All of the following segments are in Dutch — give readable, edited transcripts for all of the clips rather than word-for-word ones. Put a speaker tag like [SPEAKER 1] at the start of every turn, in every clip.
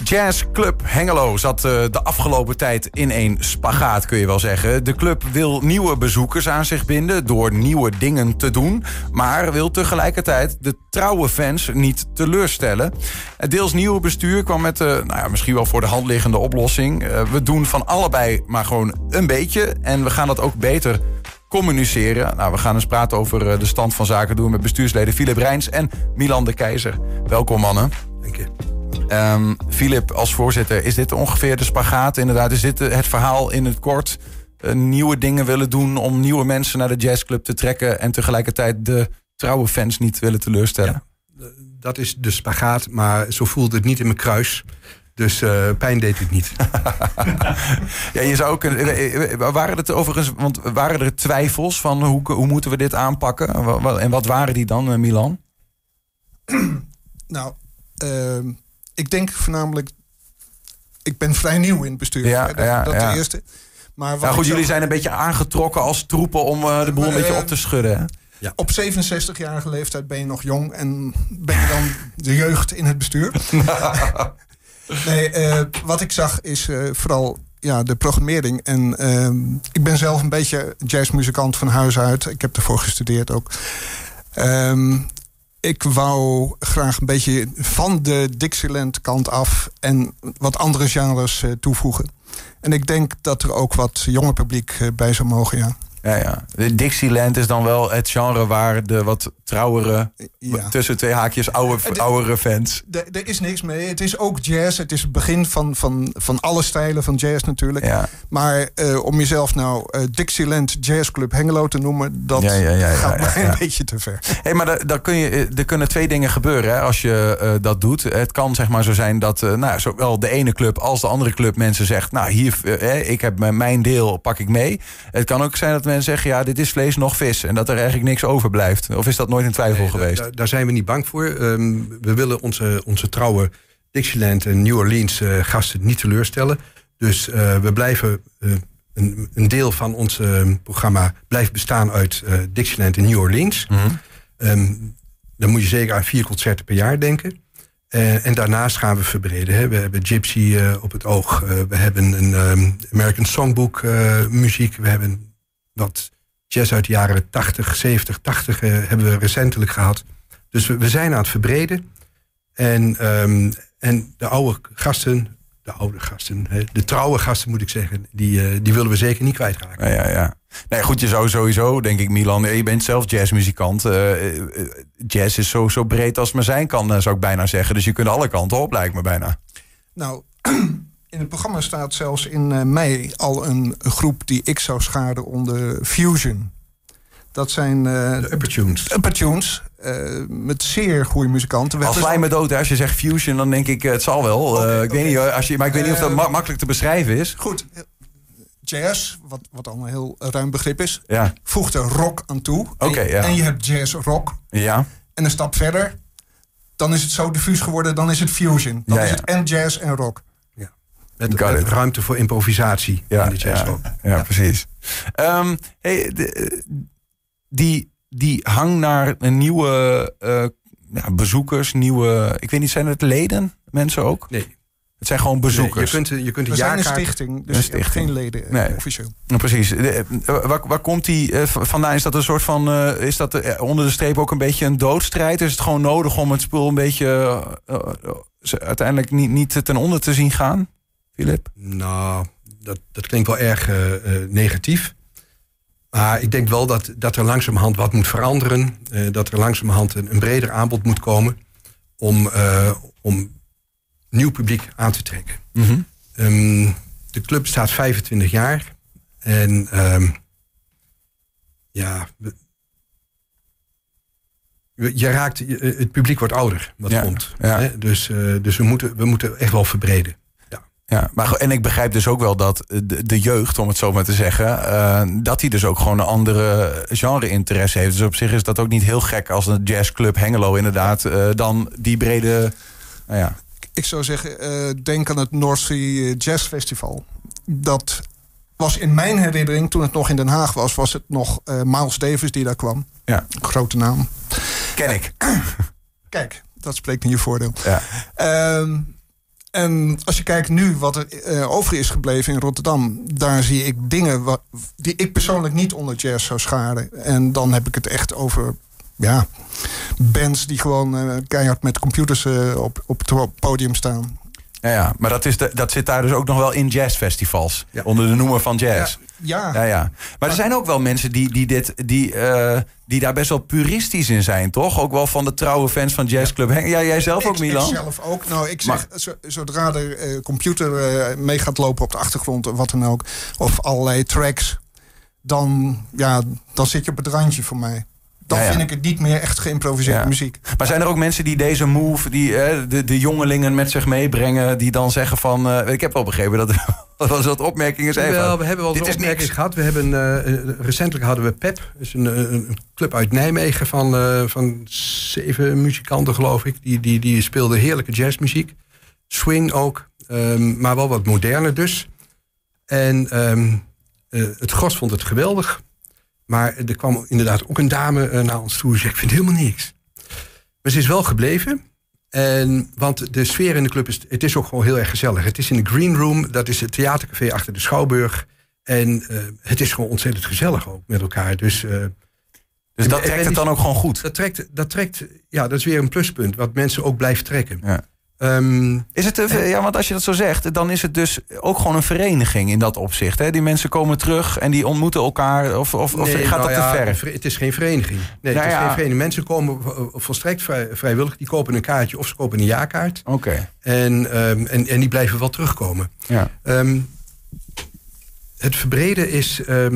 [SPEAKER 1] Jazz Club Hengelo zat de afgelopen tijd in een spagaat, kun je wel zeggen. De club wil nieuwe bezoekers aan zich binden door nieuwe dingen te doen, maar wil tegelijkertijd de trouwe fans niet teleurstellen. Het deels nieuwe bestuur kwam met misschien wel voor de hand liggende oplossing. We doen van allebei maar gewoon een beetje en we gaan dat ook beter communiceren. Nou, we gaan eens praten over de stand van zaken doen met bestuursleden Philip Reins en Milan de Keizer. Welkom, mannen.
[SPEAKER 2] Dank je.
[SPEAKER 1] Philip, als voorzitter, is dit ongeveer de spagaat? Inderdaad, is dit het verhaal in het kort? Nieuwe dingen willen doen om nieuwe mensen naar de jazzclub te trekken en tegelijkertijd de trouwe fans niet willen teleurstellen?
[SPEAKER 2] Ja, dat is de spagaat, maar zo voelde het niet in mijn kruis. Dus pijn deed het niet.
[SPEAKER 1] Ja, je zou ook waren er twijfels van hoe moeten we dit aanpakken? En wat waren die dan, Milan?
[SPEAKER 3] Nou, ik denk voornamelijk, ik ben vrij nieuw in het bestuur. Dat de eerste. Maar
[SPEAKER 1] jullie zijn een beetje aangetrokken als troepen om de boel een beetje op te schudden. Hè?
[SPEAKER 3] Ja. Op 67-jarige leeftijd ben je nog jong en ben je dan de jeugd in het bestuur. Nee, wat ik zag is vooral de programmering. En ik ben zelf een beetje jazzmuzikant van huis uit. Ik heb ervoor gestudeerd ook. Ik wou graag een beetje van de Dixieland kant af en wat andere genres toevoegen. En ik denk dat er ook wat jonger publiek bij zou mogen, ja.
[SPEAKER 1] Ja. De Dixieland is dan wel het genre waar de wat trouwere, tussen twee haakjes, oudere fans.
[SPEAKER 3] Er is niks mee. Het is ook jazz. Het is het begin van alle stijlen van jazz natuurlijk. Ja. Maar om jezelf nou Dixieland Jazz Club Hengelo te noemen, dat gaat mij een beetje te ver.
[SPEAKER 1] Hey, maar er kunnen twee dingen gebeuren hè, als je dat doet. Het kan zeg maar zo zijn dat zowel de ene club als de andere club mensen zegt, nou hier, ik heb mijn deel, pak ik mee. Het kan ook zijn dat mensen zeggen, dit is vlees nog vis. En dat er eigenlijk niks overblijft. Of is dat nooit in twijfel geweest?
[SPEAKER 2] Daar zijn we niet bang voor. We willen onze trouwe Dixieland en New Orleans gasten niet teleurstellen. Dus we blijven een deel van ons programma blijft bestaan uit Dixieland en New Orleans. Mm-hmm. Dan moet je zeker aan 4 concerten per jaar denken. En daarnaast gaan we verbreden. Hè. We hebben Gypsy op het oog. We hebben een American Songbook muziek. We hebben wat jazz uit de jaren 80, 70, 80 hebben we recentelijk gehad. Dus we zijn aan het verbreden. En de oude gasten, de trouwe gasten moet ik zeggen, die willen we zeker niet kwijtraken.
[SPEAKER 1] Ja. Nee, goed, je zou sowieso, denk ik, Milan, je bent zelf jazzmuzikant. Jazz is zo breed als het maar zijn kan, zou ik bijna zeggen. Dus je kunt alle kanten op, lijkt me bijna.
[SPEAKER 3] Nou, in het programma staat zelfs in mei al een groep die ik zou scharen onder Fusion. Dat zijn
[SPEAKER 2] de Upper Tunes.
[SPEAKER 3] Met zeer goede muzikanten.
[SPEAKER 1] Als slijm me dood, hè? Als je zegt Fusion, dan denk ik, het zal wel. Ik weet niet, maar ik weet niet of dat makkelijk te beschrijven is.
[SPEAKER 3] Goed. Jazz, wat al een heel ruim begrip is,
[SPEAKER 1] ja.
[SPEAKER 3] voegt er rock aan toe.
[SPEAKER 1] En
[SPEAKER 3] je hebt jazz rock.
[SPEAKER 1] Ja.
[SPEAKER 3] En een stap verder, dan is het zo diffuus geworden, dan is het fusion. Dan is het en jazz en rock.
[SPEAKER 2] Met ruimte voor improvisatie in de jazz rock.
[SPEAKER 1] Ja, precies. Die hang naar een nieuwe bezoekers, nieuwe... Ik weet niet, zijn het leden, mensen ook?
[SPEAKER 2] Nee.
[SPEAKER 1] Het zijn gewoon bezoekers.
[SPEAKER 3] Nee, je kunt een jaarkaart... zijn een stichting, dus je hebt geen leden officieel.
[SPEAKER 1] Precies. Waar komt die vandaan? Is dat een soort van... is dat onder de streep ook een beetje een doodstrijd? Is het gewoon nodig om het spul een beetje... uiteindelijk niet ten onder te zien gaan, Philip?
[SPEAKER 2] Nou, dat klinkt wel erg negatief. Maar ik denk wel dat er langzamerhand wat moet veranderen. Dat er langzamerhand een breder aanbod moet komen om nieuw publiek aan te trekken. Mm-hmm. De club bestaat 25 jaar. En het publiek wordt ouder, wat komt.
[SPEAKER 1] Ja.
[SPEAKER 2] Hè? Dus we moeten echt wel verbreden.
[SPEAKER 1] Ja, en ik begrijp dus ook wel dat de jeugd, om het zo maar te zeggen, dat die dus ook gewoon een andere genre-interesse heeft. Dus op zich is dat ook niet heel gek als een jazzclub Hengelo inderdaad dan die brede...
[SPEAKER 3] Ik zou zeggen, denk aan het North Sea Jazz Festival. Dat was in mijn herinnering, toen het nog in Den Haag was het nog Miles Davis die daar kwam.
[SPEAKER 1] Ja.
[SPEAKER 3] Grote naam.
[SPEAKER 1] Ken ik.
[SPEAKER 3] Kijk, dat spreekt in je voordeel.
[SPEAKER 1] Ja.
[SPEAKER 3] En als je kijkt nu wat er over is gebleven in Rotterdam, daar zie ik dingen die ik persoonlijk niet onder jazz zou scharen. En dan heb ik het echt over bands die gewoon keihard met computers op het podium staan.
[SPEAKER 1] Ja, maar dat zit daar dus ook nog wel in jazzfestivals. Ja. Onder de noemer van jazz. Ja. Maar er zijn ook wel mensen die daar best wel puristisch in zijn, toch? Ook wel van de trouwe fans van Jazzclub. Ja, jij zelf ook, Milan?
[SPEAKER 3] Ik zelf ook. Nou, ik zeg, zodra er computer mee gaat lopen op de achtergrond of wat dan ook, of allerlei tracks, dan zit je op het randje voor mij. Dan vind ik het niet meer echt geïmproviseerde muziek. Maar
[SPEAKER 1] zijn er ook mensen die deze move, die de jongelingen met zich meebrengen, die dan zeggen van, ik heb wel begrepen dat was wat opmerkingen zijn.
[SPEAKER 2] Wel, we hebben wel eens opmerkingen gehad. We hebben recentelijk hadden we PEP, dus een club uit Nijmegen van 7 muzikanten, geloof ik. Die speelden heerlijke jazzmuziek, swing ook, maar wel wat moderner dus. En het gros vond het geweldig. Maar er kwam inderdaad ook een dame naar ons toe en zei, ik vind helemaal niks. Maar ze is wel gebleven. Want de sfeer in de club is ook gewoon heel erg gezellig. Het is in de Green Room, dat is het theatercafé achter de Schouwburg. En het is gewoon ontzettend gezellig ook met elkaar. Dus
[SPEAKER 1] dat trekt het dan ook gewoon goed?
[SPEAKER 2] Dat trekt, dat is weer een pluspunt, wat mensen ook blijft trekken. Ja.
[SPEAKER 1] Is het want als je dat zo zegt, dan is het dus ook gewoon een vereniging in dat opzicht. Hè? Die mensen komen terug en die ontmoeten elkaar. Of gaat dat te ver?
[SPEAKER 2] Het is geen vereniging. Nee, het is geen vereniging. Mensen komen volstrekt vrijwillig. Die kopen een kaartje of ze kopen een jaarkaart.
[SPEAKER 1] Oké.
[SPEAKER 2] En die blijven wel terugkomen. Ja. Het verbreden is...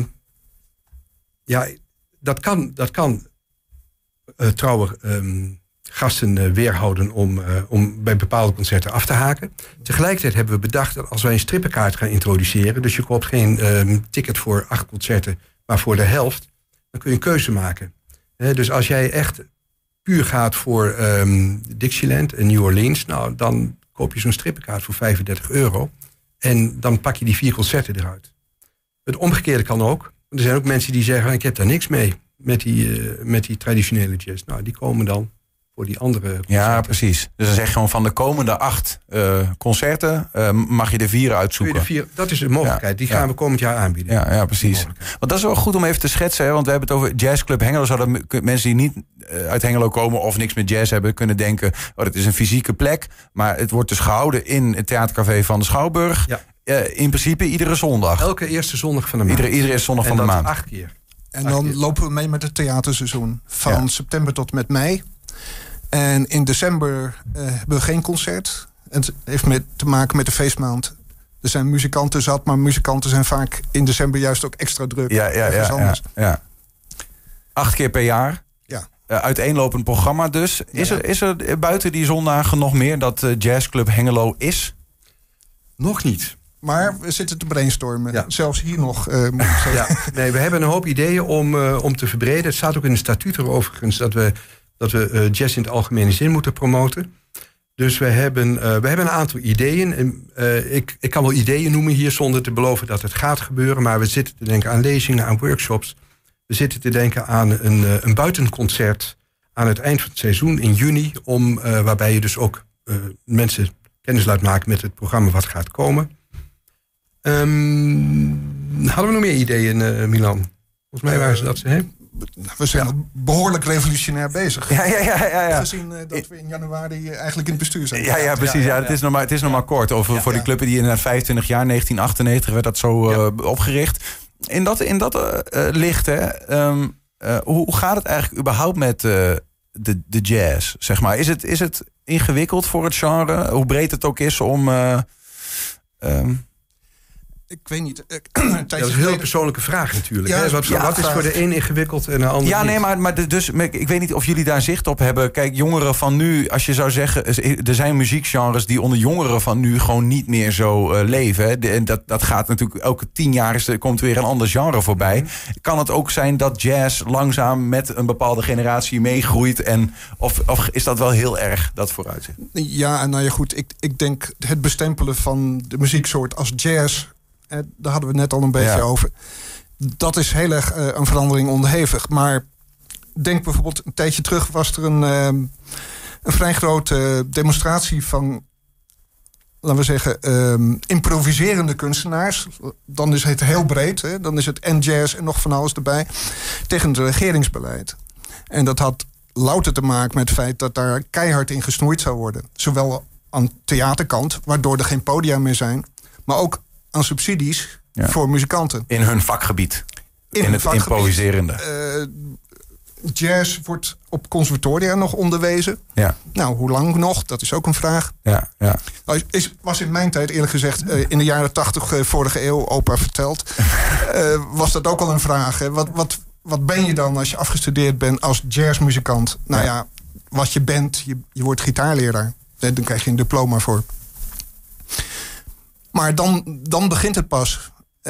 [SPEAKER 2] dat kan trouwen... gasten weerhouden om bij bepaalde concerten af te haken. Tegelijkertijd hebben we bedacht dat als wij een strippenkaart gaan introduceren, dus je koopt geen ticket voor 8 concerten, maar voor de helft, dan kun je een keuze maken. Dus als jij echt puur gaat voor Dixieland en New Orleans, nou, dan koop je zo'n strippenkaart voor €35. En dan pak je die 4 concerten eruit. Het omgekeerde kan ook. Er zijn ook mensen die zeggen, ik heb daar niks mee met die traditionele jazz. Nou, die komen dan voor die andere concerten.
[SPEAKER 1] Ja, precies. Dus dan zeg je gewoon van de komende 8 concerten mag je de 4 uitzoeken.
[SPEAKER 2] Dat is een mogelijkheid. Die gaan we komend jaar aanbieden.
[SPEAKER 1] Ja, precies. Want dat is wel goed om even te schetsen. Hè? Want we hebben het over Jazzclub Hengelo. Zouden mensen die niet uit Hengelo komen of niks met jazz hebben kunnen denken, het is een fysieke plek. Maar het wordt dus gehouden in het theatercafé van de Schouwburg. Ja. In principe iedere zondag.
[SPEAKER 2] Elke eerste zondag van de maand.
[SPEAKER 1] Iedere eerste zondag van de maand.
[SPEAKER 2] 8 keer.
[SPEAKER 3] En dan lopen we mee met het theaterseizoen. Van september tot met mei. En in december hebben we geen concert. En het heeft te maken met de feestmaand. Er zijn muzikanten zat, maar muzikanten zijn vaak in december juist ook extra druk.
[SPEAKER 1] Ja. 8 keer per jaar.
[SPEAKER 3] Ja.
[SPEAKER 1] Uiteenlopend programma dus. Is er buiten die zondagen nog meer dat Jazzclub Hengelo is?
[SPEAKER 2] Nog niet.
[SPEAKER 3] Maar we zitten te brainstormen. Ja. Zelfs hier nog.
[SPEAKER 2] Nee, we hebben een hoop ideeën om te verbreden. Het staat ook in de statuten overigens dat we jazz in het algemene zin moeten promoten. Dus we hebben een aantal ideeën. Ik kan wel ideeën noemen hier zonder te beloven dat het gaat gebeuren. Maar we zitten te denken aan lezingen, aan workshops. We zitten te denken aan een buitenconcert aan het eind van het seizoen in juni. Waarbij je dus ook mensen kennis laat maken met het programma wat gaat komen. Hadden we nog meer ideeën, Milan? Volgens mij waren ze dat.
[SPEAKER 3] We zijn behoorlijk revolutionair bezig.
[SPEAKER 1] Ja.
[SPEAKER 3] Gezien dat we in januari eigenlijk in het bestuur zijn.
[SPEAKER 1] Ja, precies. Ja. Het is nog maar kort. Voor die club die inderdaad 25 jaar, 1998 werd dat zo opgericht. In dat licht, hoe gaat het eigenlijk überhaupt met de jazz? Zeg maar? Is het ingewikkeld voor het genre? Hoe breed het ook is om...
[SPEAKER 3] Ik weet niet.
[SPEAKER 2] Dat is een heel persoonnke vraag natuurlijk. Ja, wat is voor de een ingewikkeld en de ander niet?
[SPEAKER 1] Ja, nee, maar ik weet niet of jullie daar zicht op hebben. Kijk, jongeren van nu, als je zou zeggen, er zijn muziekgenres die onder jongeren van nu gewoon niet meer zo leven. Hè. En dat gaat natuurlijk, elke 10 jaar komt weer een ander genre voorbij. Kan het ook zijn dat jazz langzaam met een bepaalde generatie meegroeit? Of is dat wel heel erg, dat vooruitzicht?
[SPEAKER 3] Ja, nou ja, goed. Ik denk het bestempelen van de muzieksoort als jazz, daar hadden we het net al een beetje over. Dat is heel erg een verandering onderhevig. Maar denk bijvoorbeeld, een tijdje terug was er een vrij grote demonstratie van laten we zeggen, improviserende kunstenaars. Dan is het heel breed. Hè? Dan is het en jazz en nog van alles erbij. Tegen het regeringsbeleid. En dat had louter te maken met het feit dat daar keihard in gesnoeid zou worden. Zowel aan de theaterkant, waardoor er geen podia meer zijn. Maar ook aan subsidies voor muzikanten.
[SPEAKER 1] In hun vakgebied. In het improviserende.
[SPEAKER 3] Jazz wordt op conservatoria nog onderwezen.
[SPEAKER 1] Ja.
[SPEAKER 3] Nou, hoe lang nog? Dat is ook een vraag.
[SPEAKER 1] Ja.
[SPEAKER 3] Was in mijn tijd, eerlijk gezegd, in de jaren 80 vorige eeuw, opa verteld, was dat ook al een vraag. Hè? Wat ben je dan als je afgestudeerd bent als jazzmuzikant? Nou ja, wat je bent, je wordt gitaarleraar. Dan krijg je een diploma voor. Maar dan begint het pas.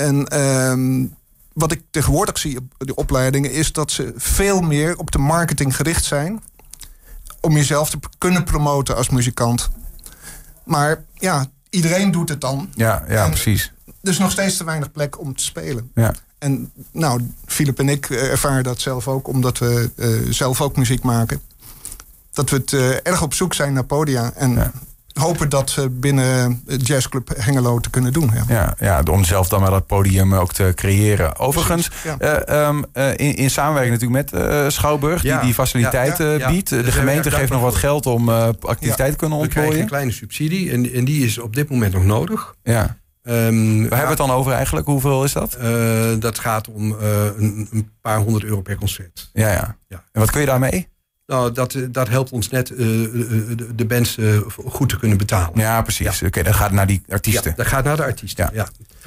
[SPEAKER 3] En wat ik tegenwoordig zie op de opleidingen is dat ze veel meer op de marketing gericht zijn. Om jezelf te kunnen promoten als muzikant. Maar ja, iedereen doet het dan.
[SPEAKER 1] Ja, precies.
[SPEAKER 3] Er is nog steeds te weinig plek om te spelen.
[SPEAKER 1] Ja.
[SPEAKER 3] En nou, Philip en ik ervaren dat zelf ook, omdat we zelf ook muziek maken. Dat we het erg op zoek zijn naar podia. En hopen dat binnen Jazzclub Hengelo te kunnen doen.
[SPEAKER 1] Ja, om zelf dan maar dat podium ook te creëren. Overigens, in samenwerking natuurlijk met Schouwburg, die faciliteiten biedt. De gemeente geeft nog wat geld om activiteiten te kunnen ontplooien.
[SPEAKER 2] We krijgen een kleine subsidie en die is op dit moment nog nodig.
[SPEAKER 1] Ja. Waar hebben we het dan over eigenlijk? Hoeveel is dat?
[SPEAKER 2] Dat gaat om een paar €100 per concert.
[SPEAKER 1] Ja. En wat kun je daarmee?
[SPEAKER 2] Nou, dat helpt ons net de bands goed te kunnen betalen.
[SPEAKER 1] Ja, precies. Ja. Oké, dat gaat naar die artiesten.
[SPEAKER 2] Ja, dat gaat naar de artiesten, ja.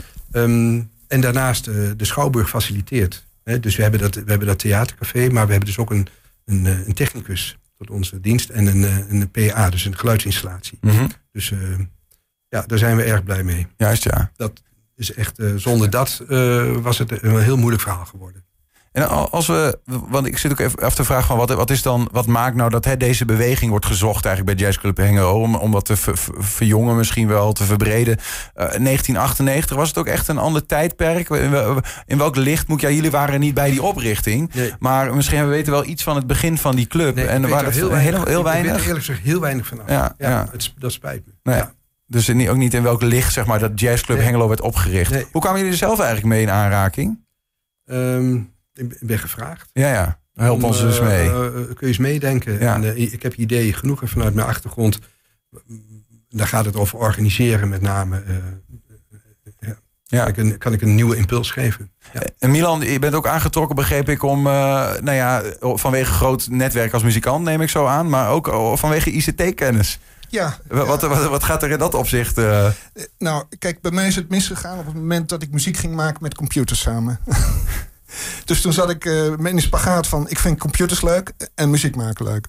[SPEAKER 2] En daarnaast de Schouwburg faciliteert. Dus we hebben dat theatercafé, maar we hebben dus ook een technicus tot onze dienst. En een PA, dus een geluidsinstallatie. Mm-hmm. Dus daar zijn we erg blij mee.
[SPEAKER 1] Juist, ja.
[SPEAKER 2] Dat is echt, zonder dat was het een heel moeilijk verhaal geworden.
[SPEAKER 1] En want ik zit ook even af te vragen van wat maakt nou dat deze beweging wordt gezocht eigenlijk bij Jazzclub Hengelo om dat te verjongen, misschien wel te verbreden. 1998 was het ook echt een ander tijdperk. In welk licht jullie waren niet bij die oprichting, maar misschien hebben we weten wel iets van het begin van die club.
[SPEAKER 2] Nee,
[SPEAKER 1] en er waren heel weinig.
[SPEAKER 2] Ik weet eerlijk gezegd heel weinig vanaf. Dat spijt me.
[SPEAKER 1] Nee. Ja. Dus ook niet in welk licht zeg maar dat Jazzclub Hengelo werd opgericht. Nee. Hoe kwamen jullie er zelf eigenlijk mee in aanraking?
[SPEAKER 2] Ik ben gevraagd.
[SPEAKER 1] Ja. Help ons dus mee.
[SPEAKER 2] Kun je eens meedenken. Ja. En, ik heb ideeën genoeg en vanuit mijn achtergrond. Daar gaat het over organiseren met name. Kan ik een nieuwe impuls geven. Ja. En
[SPEAKER 1] Milan, je bent ook aangetrokken, begreep ik, om vanwege groot netwerk als muzikant, neem ik zo aan. Maar ook vanwege ICT-kennis.
[SPEAKER 3] Ja.
[SPEAKER 1] Wat gaat er in dat opzicht?
[SPEAKER 3] Nou, kijk, bij mij is het misgegaan op het moment dat ik muziek ging maken met computers samen. Dus toen zat ik in een spagaat van, ik vind computers leuk en muziek maken leuk.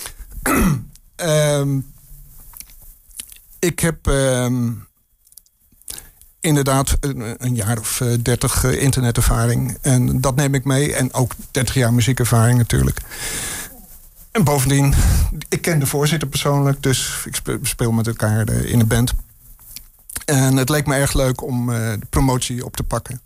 [SPEAKER 3] Ik heb inderdaad een jaar of 30 internetervaring. En dat neem ik mee. En ook 30 jaar muziekervaring natuurlijk. En bovendien, ik ken de voorzitter persoonlijk. Dus ik speel met elkaar in een band. En het leek me erg leuk om de promotie op te pakken.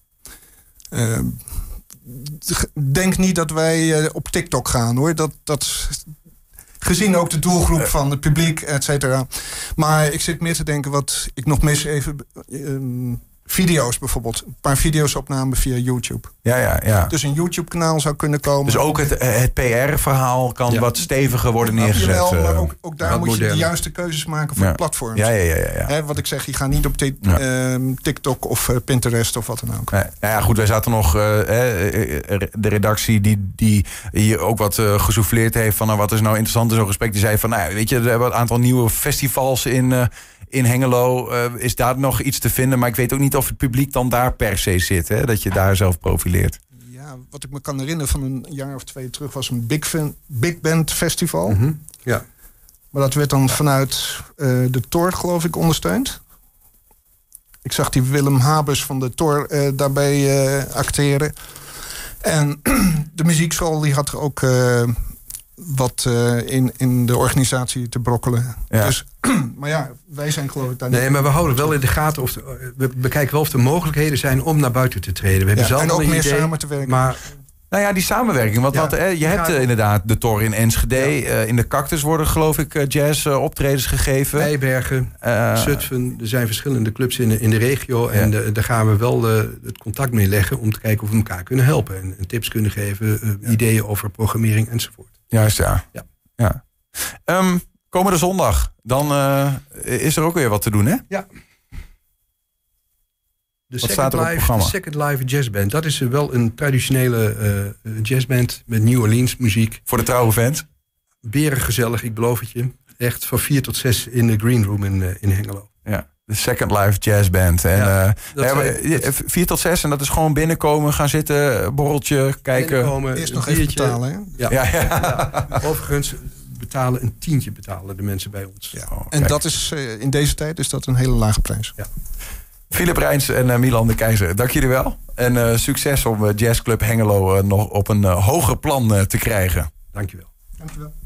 [SPEAKER 3] Denk niet dat wij op TikTok gaan, hoor. Dat gezien ook de doelgroep van het publiek, et cetera. Maar ik zit meer te denken wat ik nog mis even. Video's bijvoorbeeld. Een paar video's opnamen via YouTube.
[SPEAKER 1] Ja.
[SPEAKER 3] Dus een YouTube-kanaal zou kunnen komen.
[SPEAKER 1] Dus ook het PR-verhaal kan wat steviger worden neergezet.
[SPEAKER 3] Jawel, maar ook daar moet je de juiste keuzes maken voor platforms.
[SPEAKER 1] Ja.
[SPEAKER 3] Wat ik zeg, je gaat niet op TikTok of Pinterest of wat dan ook.
[SPEAKER 1] Nee. Goed, wij zaten nog de redactie die hier ook wat gesouffleerd heeft van wat is nou interessant in zo'n gesprek. Die zei van, weet je, er hebben een aantal nieuwe festivals in Hengelo. Is daar nog iets te vinden, maar ik weet ook niet of het publiek dan daar per se zit. Hè? Dat je daar zelf profileert. Ja,
[SPEAKER 3] wat ik me kan herinneren van een jaar of 2 terug was een Big Band Festival.
[SPEAKER 2] Mm-hmm. Ja.
[SPEAKER 3] Maar dat werd dan vanuit de Tor, geloof ik, ondersteund. Ik zag die Willem Habers van de Tor daarbij acteren. En de muziekschool die had er ook wat in de organisatie te brokkelen.
[SPEAKER 1] Ja.
[SPEAKER 3] Dus, maar wij zijn geloof ik daar
[SPEAKER 2] niet. Nee, maar we houden wel in de gaten we bekijken wel of er mogelijkheden zijn om naar buiten te treden. We hebben zelf
[SPEAKER 3] en ook
[SPEAKER 2] een
[SPEAKER 3] meer
[SPEAKER 2] idee,
[SPEAKER 3] samen te werken.
[SPEAKER 2] Maar
[SPEAKER 1] Nou ja, die samenwerking. Want je hebt inderdaad de Tor in Enschede. In de Cactus worden, geloof ik, jazz optredens gegeven.
[SPEAKER 2] Bijbergen, Zutphen. Er zijn verschillende clubs in de regio. En daar gaan we wel het contact mee leggen om te kijken of we elkaar kunnen helpen. En tips kunnen geven, ideeën over programmering enzovoort.
[SPEAKER 1] Juist, ja. Komende zondag, dan is er ook weer wat te doen, hè?
[SPEAKER 2] Ja.
[SPEAKER 1] Wat staat er op het programma?
[SPEAKER 2] De Second Live Jazzband. Dat is wel een traditionele jazzband met New Orleans muziek.
[SPEAKER 1] Voor de trouwe fans?
[SPEAKER 2] Berengezellig, ik beloof het je. Echt van 4 tot 6 in de Green Room in Hengelo.
[SPEAKER 1] Ja, de Second Live Jazzband. En 4 tot 6 en dat is gewoon binnenkomen, gaan zitten, borreltje, kijken.
[SPEAKER 3] Eerst nog even betalen, hè?
[SPEAKER 2] Ja. Overigens betalen een tientje betalen de mensen bij ons.
[SPEAKER 3] Ja. En dat is in deze tijd is dat een hele lage prijs.
[SPEAKER 2] Ja.
[SPEAKER 1] Philip Reins en Milan de Keizer, dank jullie wel. En succes om Jazzclub Hengelo nog op een hoger plan te krijgen.
[SPEAKER 2] Dank je wel.
[SPEAKER 3] Dank je wel.